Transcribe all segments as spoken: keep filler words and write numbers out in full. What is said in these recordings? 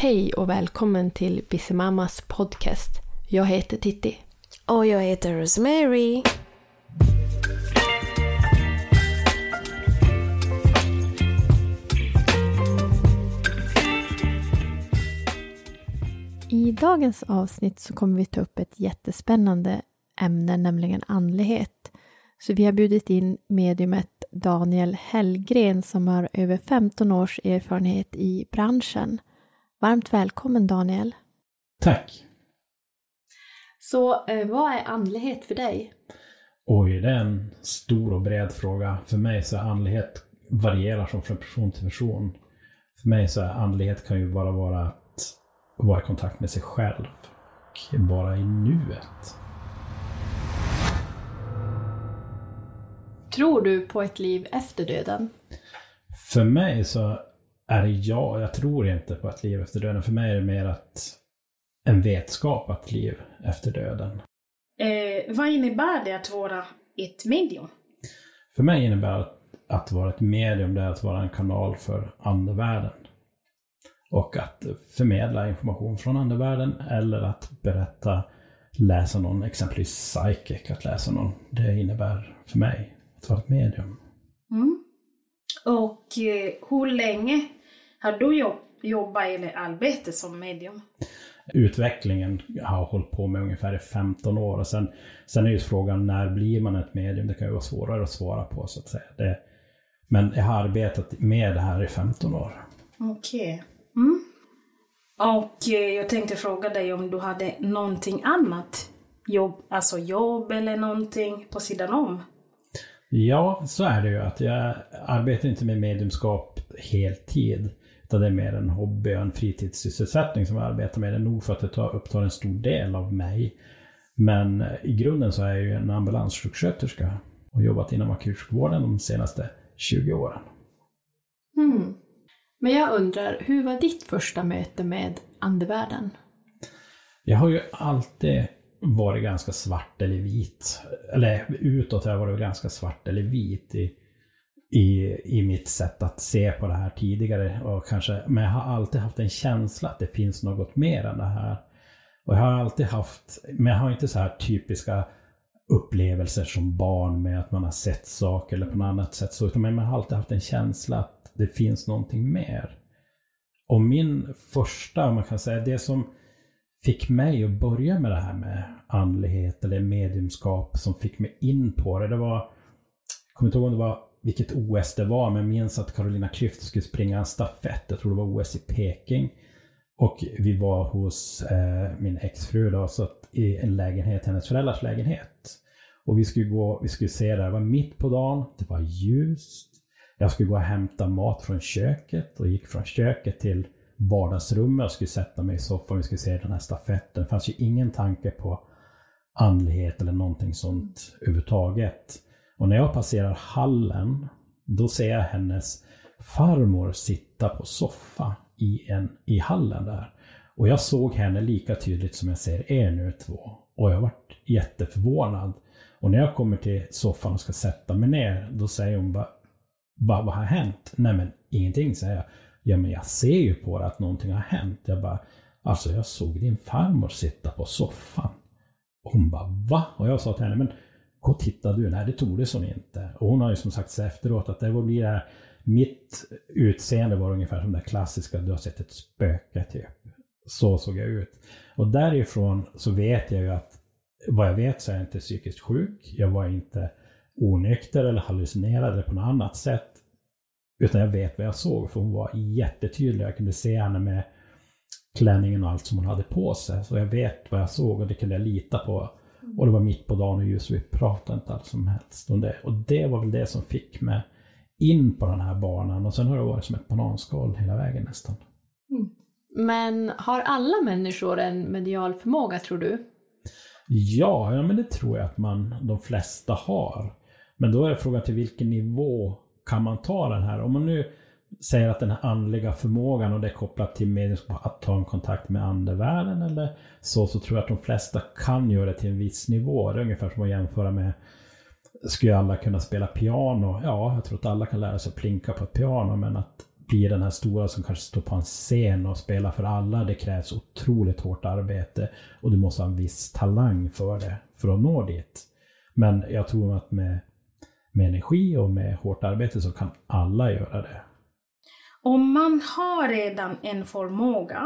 Hej och välkommen till Bissemammas podcast. Jag heter Titti. Och jag heter Rosemary. I dagens avsnitt så kommer vi ta upp ett jättespännande ämne, nämligen andlighet. Så vi har bjudit in mediumet Daniel Hellgren som har över femton års erfarenhet i branschen. Varmt välkommen Daniel. Tack. Så eh, vad är andlighet för dig? Oj, det är en stor och bred fråga. För mig så är andlighet varierar från person till person. För mig så är andlighet kan ju bara vara att vara i kontakt med sig själv och bara i nuet. Tror du på ett liv efter döden? För mig så är det ja, jag tror inte på ett liv efter döden. För mig är det mer att en vetskap att liv efter döden. Eh, vad innebär det att vara ett medium? För mig innebär att, att vara ett medium det är att vara en kanal för andevärlden. Och att förmedla information från andevärlden eller att berätta, läsa någon, exempelvis psychic, att läsa någon. Det innebär för mig att vara ett medium. Mm. Och eh, hur länge har du jobb, jobbat eller arbetat som medium? Utvecklingen har hållit på med ungefär femton år. Och sen, sen är ju frågan, när blir man ett medium? Det kan ju vara svårare att svara på så att säga. Det, men jag har arbetat med det här i femton år. Okej. Okay. Mm. Och eh, jag tänkte fråga dig om du hade någonting annat jobb, alltså jobb eller någonting på sidan om. Ja, så är det ju att jag arbetar inte med mediumskap heltid. Utan det är mer en hobby och en fritidssysselsättning som jag arbetar med. Det är nog för att det tar, upptar en stor del av mig. Men i grunden så är jag ju en ambulanssjuksköterska och jobbat inom akutsjukvården de senaste tjugo åren. Mm. Men jag undrar, hur var ditt första möte med andevärlden? Jag har ju alltid varit ganska svart eller vit. Eller utåt har jag varit ganska svart eller vit i, i, i mitt sätt att se på det här tidigare. Och kanske, men jag har alltid haft en känsla att det finns något mer än det här. Och jag har alltid haft, men jag har inte så här typiska upplevelser som barn med att man har sett saker eller på något annat sätt. Så, utan jag har alltid haft en känsla att det finns någonting mer. Och min första, man kan säga, det som fick mig att börja med det här med andlighet eller mediumskap, som fick mig in på det, det var, jag kommer inte ihåg om det var vilket O S det var, men jag minns att Carolina Klüft skulle springa en stafett, jag tror det var O S i Peking, och vi var hos eh, min exfru då, så att, i en lägenhet, hennes föräldrars lägenhet, och vi skulle gå, vi skulle se det, det var mitt på dagen, det var ljust. Jag skulle gå och hämta mat från köket och gick från köket till vardagsrummet och skulle sätta mig i soffan och vi skulle se den här stafetten. Det fanns ju ingen tanke på andlighet eller någonting sånt överhuvudtaget. Och när jag passerar hallen, då ser jag hennes farmor sitta på soffa i, en, i hallen där. Och jag såg henne lika tydligt som jag ser er nu två. Och jag var jätteförvånad. Och när jag kommer till soffan och ska sätta mig ner, då säger hon bara, Bara, vad har hänt? Nej men ingenting, säger jag. Ja men jag ser ju på det att någonting har hänt. Jag bara, alltså jag såg din farmor sitta på soffan. Och hon bara, va? Och jag sa till henne, men gå och titta du. Nej det tog det som inte. Och hon har ju som sagt så efteråt att det blir det här, mitt utseende var ungefär som det klassiska, du har sett ett spöke typ. Så såg jag ut. Och därifrån så vet jag ju att, vad jag vet så är jag inte psykiskt sjuk. Jag var inte onykter eller hallucinerad eller på något annat sätt, utan jag vet vad jag såg, för hon var jättetydlig. Jag kunde se henne med klänningen och allt som hon hade på sig, så jag vet vad jag såg och det kunde jag lita på. Och det var mitt på dagen och just vi pratade inte alls som helst om det. Och det var väl det som fick mig in på den här banan, och sen har det varit som ett bananskal hela vägen nästan. Mm. Men har alla människor en medial förmåga, tror du? Ja, ja, men det tror jag att man, de flesta har. Men då är frågan till vilken nivå kan man ta den här? Om man nu säger att den här andliga förmågan och det är kopplat till mediumskap, att ta en kontakt med andevärlden eller så, så tror jag att de flesta kan göra det till en viss nivå. Det är ungefär som att jämföra med, skulle alla kunna spela piano? Ja, jag tror att alla kan lära sig att plinka på ett piano, men att bli den här stora som kanske står på en scen och spelar för alla. Det krävs otroligt hårt arbete och du måste ha en viss talang för det för att nå dit. Men jag tror att med, med energi och med hårt arbete så kan alla göra det. Om man har redan en förmåga,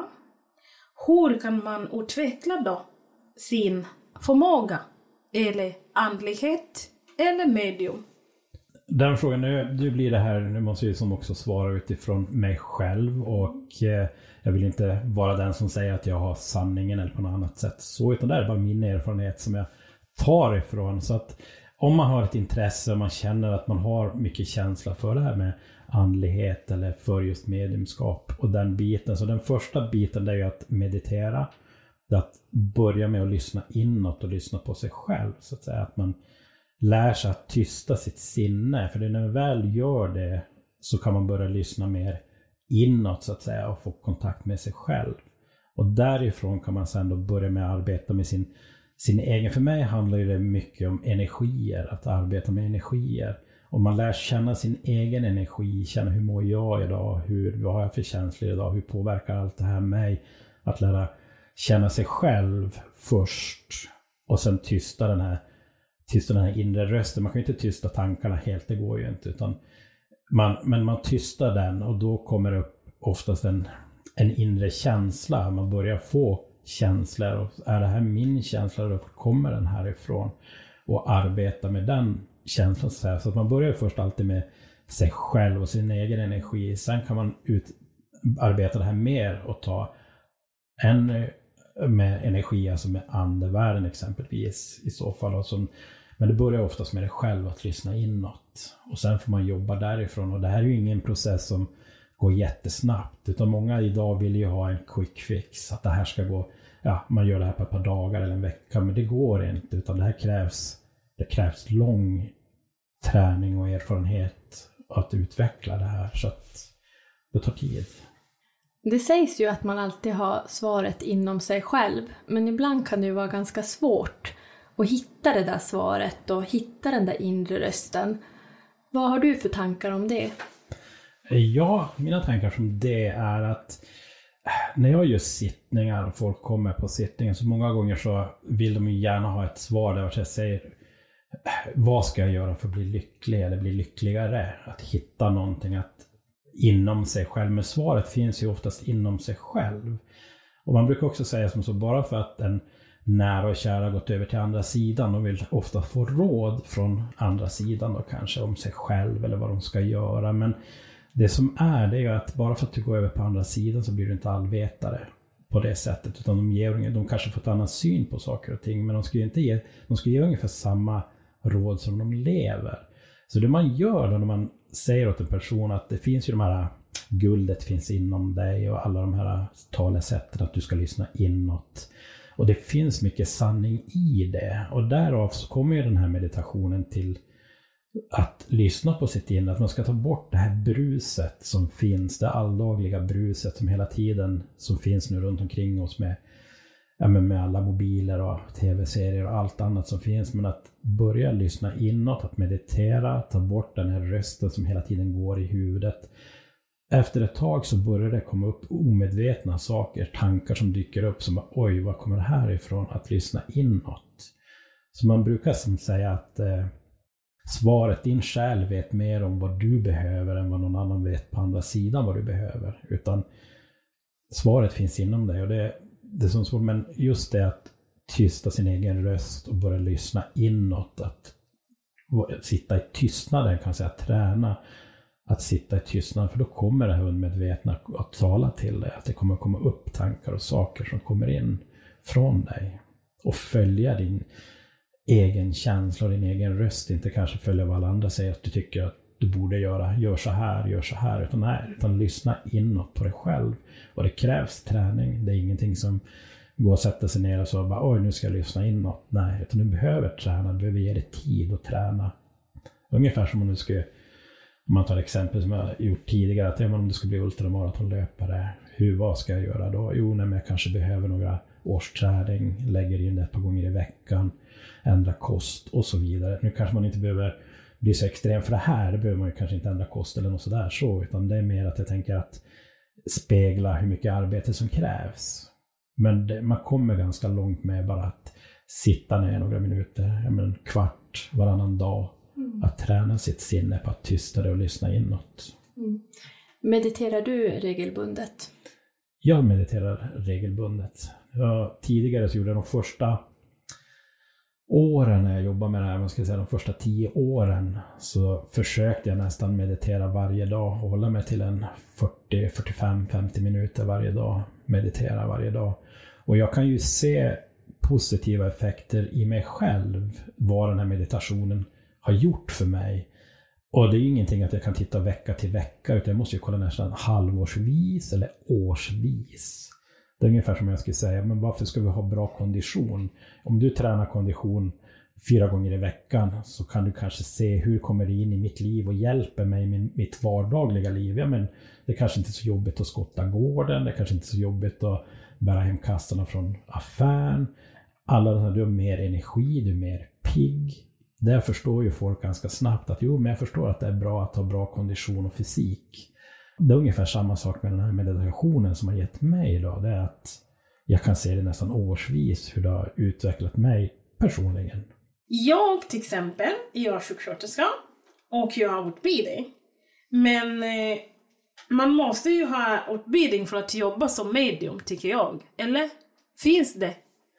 hur kan man utveckla då sin förmåga? Eller andlighet eller medium? Den frågan, nu, nu blir det här, nu måste jag som också svara utifrån mig själv och eh, jag vill inte vara den som säger att jag har sanningen eller på något annat sätt så, utan det är bara min erfarenhet som jag tar ifrån. Så att om man har ett intresse och man känner att man har mycket känsla för det här med andlighet eller för just mediumskap och den biten, så den första biten det är ju att meditera, att börja med att lyssna inåt och lyssna på sig själv, så att säga, att man lär sig att tysta sitt sinne, för när man väl gör det så kan man börja lyssna mer inåt så att säga och få kontakt med sig själv, och därifrån kan man sedan då börja med att arbeta med sin, sin egen, för mig handlar det mycket om energier, att arbeta med energier. Om man lär känna sin egen energi, känna hur mår jag idag, hur, vad har jag för känslor idag, hur påverkar allt det här mig, att lära känna sig själv först och sen tysta den här tysta den här inre rösten. Man kan ju inte tysta tankarna helt, det går ju inte, utan man, men man tystar den och då kommer det upp oftast en, en inre känsla. Man börjar få känslor och är det här min känsla, då kommer den härifrån, och arbeta med den känslan så att man börjar först alltid med sig själv och sin egen energi. Sen kan man ut, arbeta det här mer och ta en med energi, alltså med andevärlden exempelvis i så fall. Och som, men det börjar oftast med det själv, att lyssna inåt. Och sen får man jobba därifrån. Och det här är ju ingen process som går jättesnabbt. Utan många idag vill ju ha en quick fix. Att det här ska gå, ja, man gör det här på ett par dagar eller en vecka. Men det går inte, utan det här krävs, det krävs lång träning och erfarenhet att utveckla det här. Så att det tar tid. Det sägs ju att man alltid har svaret inom sig själv, men ibland kan det ju vara ganska svårt att hitta det där svaret och hitta den där inre rösten. Vad har du för tankar om det? Ja, mina tankar som det är att när jag gör sittningar och folk kommer på sittningen, så många gånger så vill de ju gärna ha ett svar där jag säger, vad ska jag göra för att bli lycklig eller bli lyckligare? Att hitta någonting att inom sig själv, men svaret finns ju oftast inom sig själv. Och man brukar också säga som så, bara för att en nära och kära gått över till andra sidan och vill ofta få råd från andra sidan då kanske om sig själv eller vad de ska göra, men det som är det är ju att bara för att du går över på andra sidan så blir du inte allvetare på det sättet, utan de ger, de kanske får ett annan syn på saker och ting, men de ska ju inte ge, de ska ge ungefär samma råd som de lever. Så det man gör då när man säger åt en person att det finns ju de här, guldet finns inom dig och alla de här talesätten att du ska lyssna inåt. Och det finns mycket sanning i det. Och därav så kommer ju den här meditationen till att lyssna på sitt inre. Att man ska ta bort det här bruset som finns, det alldagliga bruset som hela tiden som finns nu runt omkring oss med, ja, med alla mobiler och tv-serier och allt annat som finns. Men att börja lyssna inåt, att meditera, ta bort den här rösten som hela tiden går i huvudet. Efter ett tag så börjar det komma upp omedvetna saker, tankar som dyker upp som oj, vad kommer det här ifrån? Att lyssna inåt. Så man brukar som säga att eh, svaret, din själ vet mer om vad du behöver än vad någon annan vet på andra sidan vad du behöver. Utan svaret finns inom dig, och det, det är som svårt, men just det att tysta sin egen röst och börja lyssna inåt, att sitta i tystnaden, kan säga, träna att sitta i tystnad, för då kommer det här undermedvetna att tala till dig, att det kommer komma upp tankar och saker som kommer in från dig, och följa din egen känsla och din egen röst, inte kanske följa vad alla andra säger att du tycker att du borde göra, gör så här, gör så här, utan nej, utan lyssna inåt på dig själv. Och det krävs träning, det är ingenting som går att sätta sig ner och så bara, oj, nu ska jag lyssna inåt. Nej, utan du behöver träna, du behöver ge dig tid att träna. Ungefär som om du ska, om man tar exempel som jag gjort tidigare, att om du ska bli ultramaratonlöpare, hur, vad ska jag göra då? Jo, nej, men jag kanske behöver några års träning, lägger in det ett par gånger i veckan, ändra kost och så vidare. Nu kanske man inte behöver bli så extrem för det här. Det behöver man ju kanske inte ändra kost eller något sådär så, utan det är mer att jag tänker att spegla hur mycket arbete som krävs. Men det, man kommer ganska långt med bara att sitta ner några minuter, jag menar en kvart varannan dag. Mm. Att träna sitt sinne på att tysta det och lyssna inåt. Mm. Mediterar du regelbundet? Jag mediterar regelbundet. Jag, tidigare så gjorde jag de första åren när jag jobbade med det här, man ska säga de första tio åren, så försökte jag nästan meditera varje dag och hålla mig till en fyrtio, fyrtiofem, femtio minuter varje dag. Meditera varje dag. Och jag kan ju se positiva effekter i mig själv vad den här meditationen har gjort för mig. Och det är ju ingenting att jag kan titta vecka till vecka, utan jag måste ju kolla nästan halvårsvis eller årsvis. Det är ungefär som jag skulle säga, men varför ska vi ha bra kondition? Om du tränar kondition fyra gånger i veckan så kan du kanske se hur kommer det in i mitt liv och hjälper mig i min, mitt vardagliga liv. Ja, men det är kanske inte så jobbigt att skotta gården, det är kanske inte så jobbigt att bära hem kassarna från affären. Alla de här, du har mer energi, du är mer pigg. Där förstår ju folk ganska snabbt att jo, men jag förstår att det är bra att ha bra kondition och fysik. Det är ungefär samma sak med den här meditationen som har gett mig idag. Det är att jag kan se det nästan årsvis hur det har utvecklat mig personligen. Jag till exempel, jag är sjuksköterska och jag har utbildning. Men eh, man måste ju ha utbildning för att jobba som medium, tycker jag. Eller? Finns det?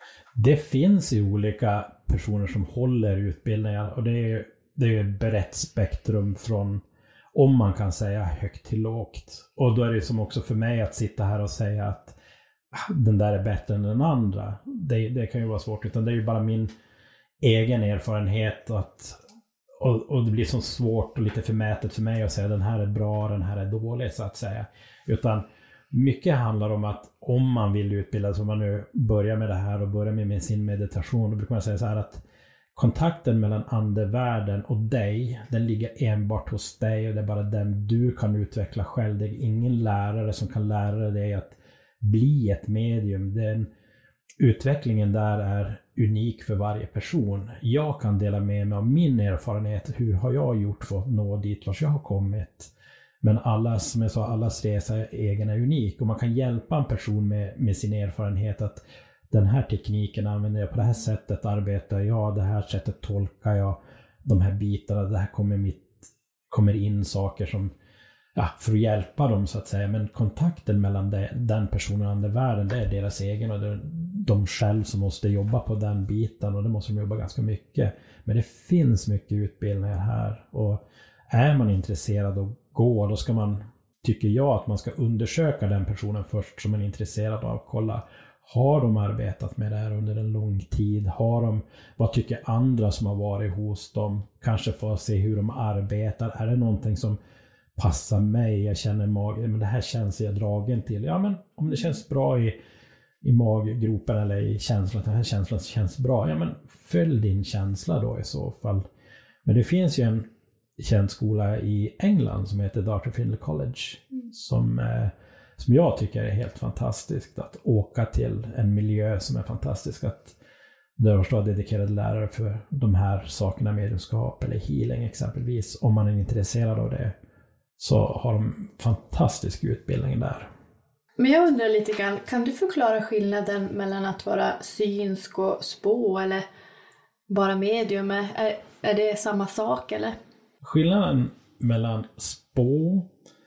Det finns ju olika personer som håller utbildningar, och det är det är ett brett spektrum från, om man kan säga, högt till lågt. Och då är det som också för mig att sitta här och säga att den där är bättre än den andra. Det, det kan ju vara svårt, utan det är ju bara min egen erfarenhet att, och, och det blir så svårt och lite förmätet för mig att säga den här är bra, den här är dålig så att säga. Utan mycket handlar om att om man vill utbilda sig, om man nu börjar med det här och börjar med sin meditation, då brukar man säga så här att kontakten mellan andevärlden och dig, den ligger enbart hos dig och det är bara den du kan utveckla själv. Det är ingen lärare som kan lära dig att bli ett medium. Den utvecklingen där är unik för varje person. Jag kan dela med mig av min erfarenhet. Hur har jag gjort för att nå dit vart jag har kommit? Men alla, som jag sa, allas resa är egen är unik. Och man kan hjälpa en person med, med sin erfarenhet att den här tekniken använder jag på det här sättet, arbetar jag, det här sättet tolkar jag de här bitarna, det här kommer, mitt, kommer in saker som, ja, för att hjälpa dem så att säga. Men kontakten mellan det, den personen och andevärlden, det är deras egen, och det är de själv som måste jobba på den biten, och det måste de jobba ganska mycket. Men det finns mycket utbildningar här, och är man intresserad att gå, då ska man, tycker jag, att man ska undersöka den personen först som är intresserad av. Kolla, har de arbetat med det här under en lång tid? Har de, vad tycker andra som har varit hos dem? Kanske få se hur de arbetar. Är det någonting som passar mig? Jag känner magen, men det här känns jag dragen till. Ja, men om det känns bra i, i maggropen eller i känslan, den här känslan känns bra. Ja, men följ din känsla då i så fall. Men det finns ju en känd skola i England som heter Doctor Findlay College mm. som, eh, som jag tycker är helt fantastiskt att åka till, en miljö som är fantastisk, att där står dedikerade lärare för de här sakerna, mediumskap eller healing exempelvis. Om man är intresserad av det så har de fantastisk utbildning där. Men jag undrar lite grann, kan du förklara skillnaden mellan att vara synsk och spå eller bara medium? Är, är det samma sak eller? Skillnaden mellan spå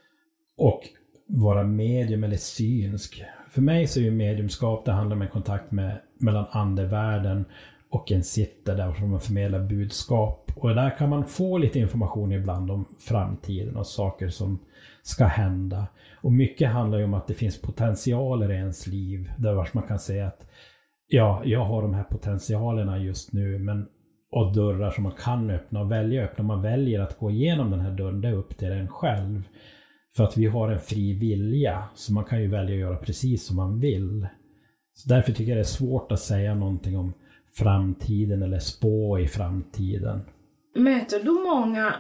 och vara medium eller synsk. För mig så är ju mediumskap, det handlar om en kontakt med, mellan andevärlden och en sitter där som man förmedlar budskap. Och där kan man få lite information ibland om framtiden och saker som ska hända. Och mycket handlar ju om att det finns potentialer i ens liv. Där man kan säga att ja, jag har de här potentialerna just nu, men och dörrar som man kan öppna och välja öppna. Man väljer att gå igenom den här dörren, det är upp till en själv. För att vi har en fri vilja, så man kan ju välja att göra precis som man vill. Så därför tycker jag det är svårt att säga någonting om framtiden eller spå i framtiden. Möter du många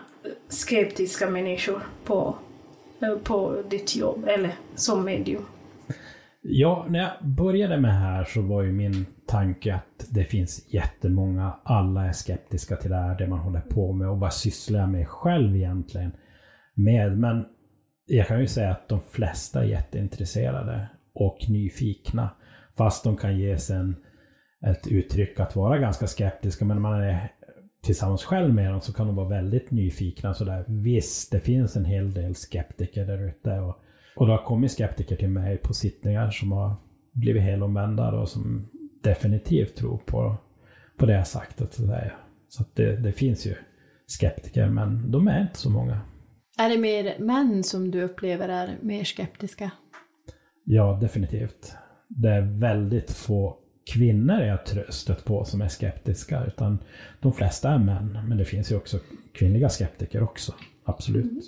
skeptiska människor på, på ditt jobb eller som medium? Ja, när jag började med här så var ju min tanke att det finns jättemånga, alla är skeptiska till det här, det man håller på med och vad sysslar jag med själv egentligen med. Men jag kan ju säga att de flesta är jätteintresserade och nyfikna, fast de kan ge sig en, ett uttryck att vara ganska skeptiska, men när man är tillsammans själv med dem så kan de vara väldigt nyfikna. Så där. Visst, det finns en hel del skeptiker där ute och Och det har kommit skeptiker till mig på sittningar som har blivit helomvända och som definitivt tror på, på det jag sagt. Att säga. Så att det, det finns ju skeptiker, men de är inte så många. Är det mer män som du upplever är mer skeptiska? Ja, definitivt. Det är väldigt få kvinnor jag tröstat på som är skeptiska, utan de flesta är män. Men det finns ju också kvinnliga skeptiker också, absolut. Mm.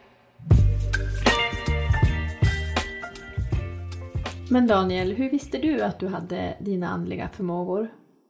Men Daniel, hur visste du att du hade dina andliga förmågor?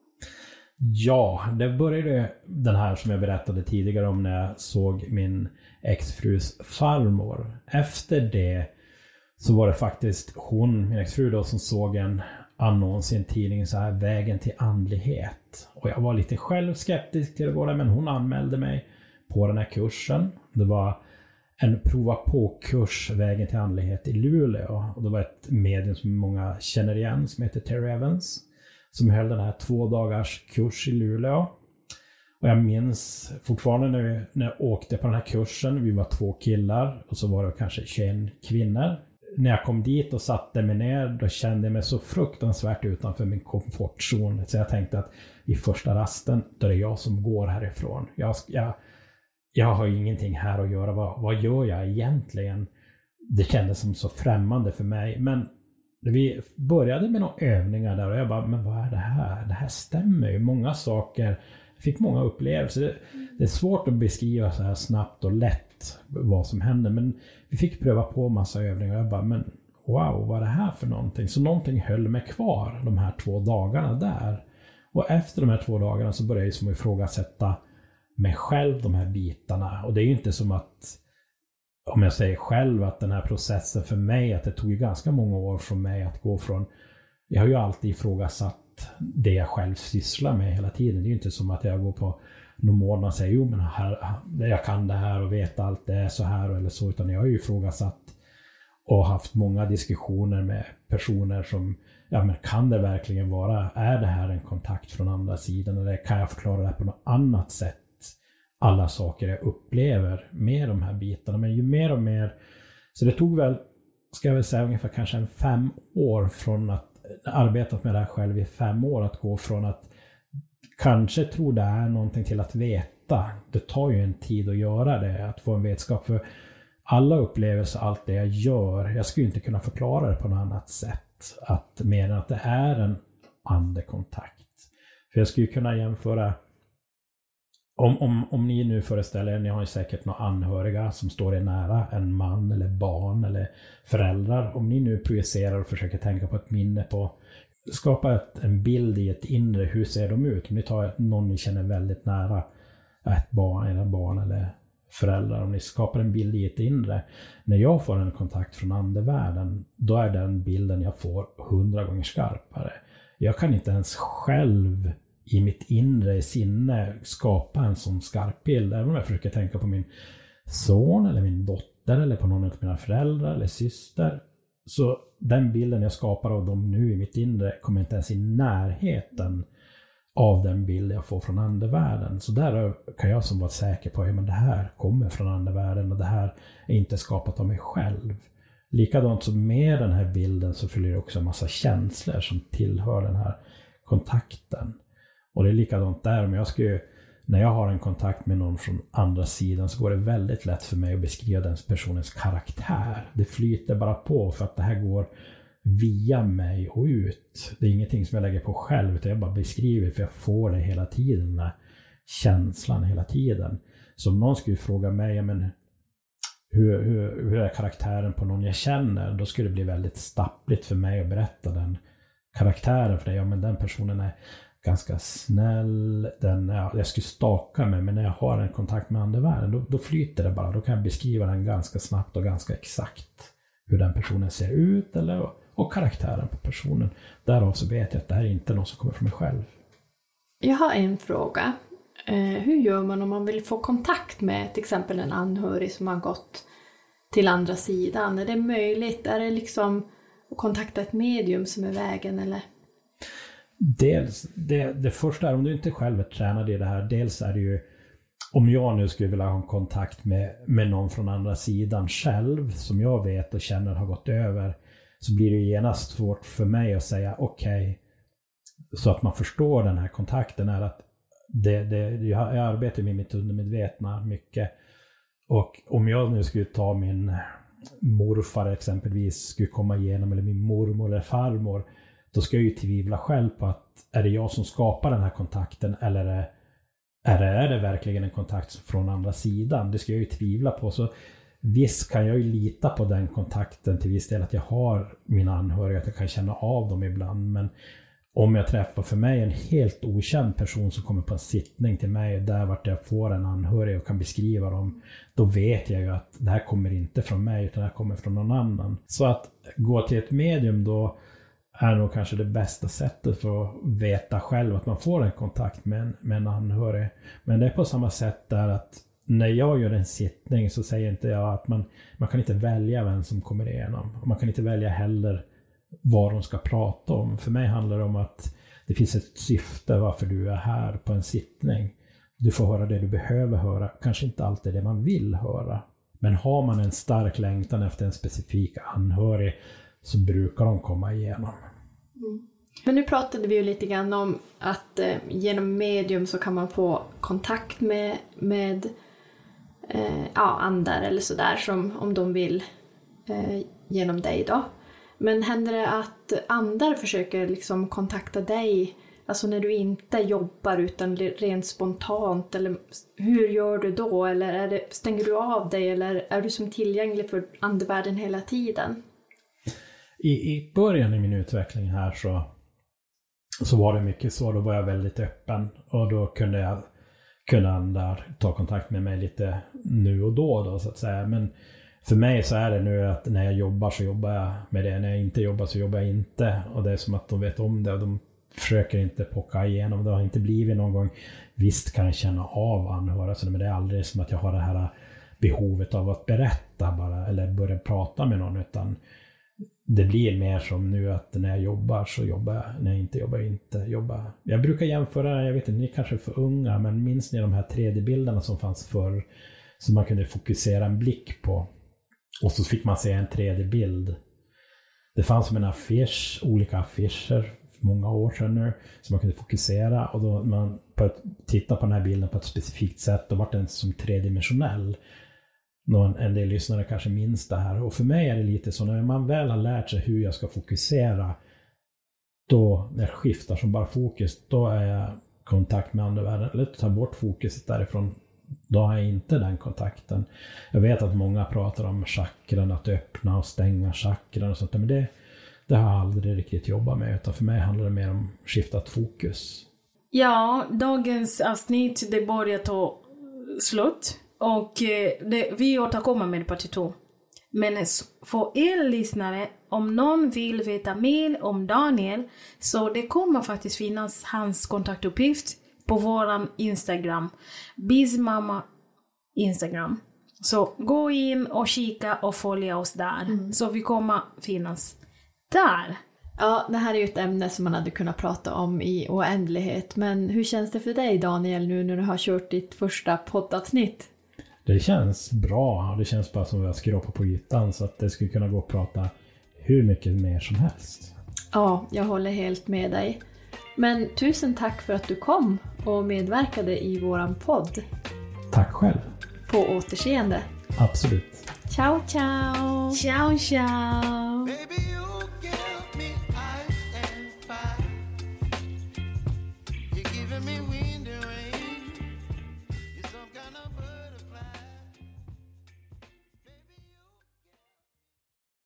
Ja, det började den här som jag berättade tidigare om när jag såg min exfrus farmor. Efter det så var det faktiskt hon, min exfru då, som såg en annons i en tidning så här, vägen till andlighet. Och jag var lite själv skeptisk till det går där, men hon anmälde mig på den här kursen. Det var en prova på-kurs, vägen till andlighet i Luleå. Och det var ett medium som många känner igen som heter Terry Evans, som höll den här två dagars kurs i Luleå. Och jag minns fortfarande när, vi, när jag åkte på den här kursen, vi var två killar och så var det kanske tjugoen kvinnor. När jag kom dit och satte mig ner, då kände jag mig så fruktansvärt utanför min komfortzon. Så jag tänkte att i första rasten, då är det jag som går härifrån. Jag, jag, jag har ingenting här att göra. Vad, vad gör jag egentligen? Det kändes som så främmande för mig. Men vi började med några övningar där och jag bara, men vad är det här? Det här stämmer ju. Många saker. Jag fick många upplevelser. Det, det är svårt att beskriva så här snabbt och lätt vad som hände. Men vi fick pröva på massa övningar och jag bara, men wow, vad är det här för någonting? Så någonting höll mig kvar de här två dagarna där. Och efter de här två dagarna så började jag som ifrågasätta mig själv, de här bitarna. Och det är ju inte som att, om jag säger själv, att den här processen för mig, att det tog ju ganska många år för mig att gå från, jag har ju alltid ifrågasatt det jag själv sysslar med hela tiden. Det är ju inte som att jag går på någon månad och säger, jo men här, jag kan det här och vet allt, det är så här eller så, utan jag har ju ifrågasatt och haft många diskussioner med personer som, ja men kan det verkligen vara, är det här en kontakt från andra sidan eller kan jag förklara det här på något annat sätt? Alla saker jag upplever med de här bitarna, men ju mer och mer, så det tog väl, ska jag väl säga ungefär kanske en fem år från att arbetat med det här själv i fem år, att gå från att kanske tro det är någonting till att veta. Det tar ju en tid att göra det, att få en vetskap, för alla upplevelser, allt det jag gör, jag skulle inte kunna förklara det på något annat sätt, att mer än att det är en andekontakt. För jag skulle kunna jämföra, om, om, om ni nu föreställer er, ni har ju säkert några anhöriga som står er nära, en man eller barn eller föräldrar. Om ni nu projicerar och försöker tänka på ett minne, på skapa ett, en bild i ett inre, hur ser de ut? Om ni tar någon ni känner väldigt nära, ett barn, eller barn eller föräldrar, om ni skapar en bild i ett inre. När jag får en kontakt från andevärlden, då är den bilden jag får hundra gånger skarpare. Jag kan inte ens själv i mitt inre sinne skapa en sån skarp bild. Även om jag försöker tänka på min son eller min dotter eller på någon av mina föräldrar eller syster. Så den bilden jag skapar av dem nu i mitt inre kommer inte ens i närheten av den bild jag får från andevärlden. Så där kan jag som vara säker på att ja, det här kommer från andevärlden och det här är inte skapat av mig själv. Likadant som med den här bilden så följer också en massa känslor som tillhör den här kontakten. Och det är likadant där, om jag skulle, när jag har en kontakt med någon från andra sidan så går det väldigt lätt för mig att beskriva den personens karaktär. Det flyter bara på för att det här går via mig och ut. Det är ingenting som jag lägger på själv, utan jag bara beskriver för jag får det hela tiden, den här känslan hela tiden. Så om någon skulle fråga mig, men hur, hur, hur är karaktären på någon jag känner, då skulle det bli väldigt stappligt för mig att berätta den karaktären för dig. Ja, men den personen är ganska snäll, den, ja, jag skulle staka mig, men när jag har en kontakt med andevärlden då, då flyter det bara, då kan jag beskriva den ganska snabbt och ganska exakt hur den personen ser ut eller och karaktären på personen. Därav så vet jag att det här är inte något som kommer från mig själv. Jag har en fråga. Eh, hur gör man om man vill få kontakt med till exempel en anhörig som har gått till andra sidan? Är det möjligt? Är det liksom att kontakta ett medium som är vägen eller? Dels, det, det första är om du inte själv är tränad i det här. Dels är det ju om jag nu skulle vilja ha kontakt med, med någon från andra sidan själv som jag vet och känner har gått över, så blir det ju genast svårt för mig att säga okej. Okay, så att man förstår den här kontakten är att det, det, jag arbetar med mitt undermedvetna mycket. Och om jag nu skulle ta min morfar exempelvis skulle komma igenom, eller min mormor eller farmor, då ska jag ju tvivla själv på att är det jag som skapar den här kontakten eller är, är, det, är det verkligen en kontakt från andra sidan? Det ska jag ju tvivla på. Så visst kan jag ju lita på den kontakten till viss del, att jag har mina anhöriga, att jag kan känna av dem ibland. Men om jag träffar för mig en helt okänd person som kommer på en sittning till mig där vart jag får en anhörig och kan beskriva dem, då vet jag ju att det här kommer inte från mig utan det här kommer från någon annan. Så att gå till ett medium då är nog kanske det bästa sättet för att veta själv att man får en kontakt med en, med en anhörig. Men det är på samma sätt där att när jag gör en sittning så säger inte jag att man, man kan inte välja vem som kommer igenom. Och man kan inte välja heller vad de ska prata om. För mig handlar det om att det finns ett syfte varför du är här på en sittning. Du får höra det du behöver höra. Kanske inte alltid det man vill höra. Men har man en stark längtan efter en specifik anhörig så brukar de komma igenom. Mm. Men nu pratade vi ju lite grann om att eh, genom medium så kan man få kontakt med, med eh, ja, andar eller sådär som om de vill eh, genom dig då. Men händer det att andar försöker liksom kontakta dig, alltså när du inte jobbar utan rent spontant, eller hur gör du då? Eller är det, stänger du av dig eller är du som tillgänglig för andevärlden hela tiden? I, I början i min utveckling här så, så var det mycket så, då var jag väldigt öppen och då kunde jag kunde andar ta kontakt med mig lite nu och då, då så att säga. Men för mig så är det nu att när jag jobbar så jobbar jag med det, när jag inte jobbar så jobbar jag inte, och det är som att de vet om det och de försöker inte pocka igenom. Det har inte blivit någon gång, visst kan jag känna av anhöriga, men det är aldrig som att jag har det här behovet av att berätta bara eller börja prata med någon, utan det blir mer som nu att när jag jobbar så jobbar jag, när jag inte jobbar inte jobbar. Jag brukar jämföra, jag vet inte, ni kanske är för unga, men minns ni de här tre D-bilderna som fanns förr som man kunde fokusera en blick på? Och så fick man se en tre D-bild. Det fanns som en affisch, olika affischer för många år sedan nu, som man kunde fokusera. Och då man tittade på den här bilden på ett specifikt sätt, då var den som tredimensionell. Någon, en del lyssnare kanske minns det här. Och för mig är det lite så, när man väl har lärt sig hur jag ska fokusera, då när jag skiftar som bara fokus, då är jag i kontakt med andevärlden. Eller tar bort fokuset därifrån, då har jag inte den kontakten. Jag vet att många pratar om chakran, att öppna och stänga chakran och sånt, men det, det har jag aldrig riktigt jobbat med, utan för mig handlar det mer om skiftat fokus. Ja, dagens avsnitt det börjar ta slut och det, vi återkommer med part två. Men för er lyssnare, om någon vill veta mer om Daniel, så det kommer faktiskt finnas hans kontaktuppgift på våran Instagram, Bizmamma Instagram. Så gå in och kika och följa oss där. Mm. Så vi kommer finnas där. Ja, det här är ju ett ämne som man hade kunnat prata om i oändlighet. Men hur känns det för dig, Daniel, nu när du har kört ditt första poddavsnitt? Det känns bra. Det känns bara som att jag skrapar på ytan, så att det skulle kunna gå att prata hur mycket mer som helst. Ja, jag håller helt med dig. Men tusen tack för att du kom och medverkade i våran podd. Tack själv. På återseende. Absolut. Ciao, ciao. Ciao, ciao.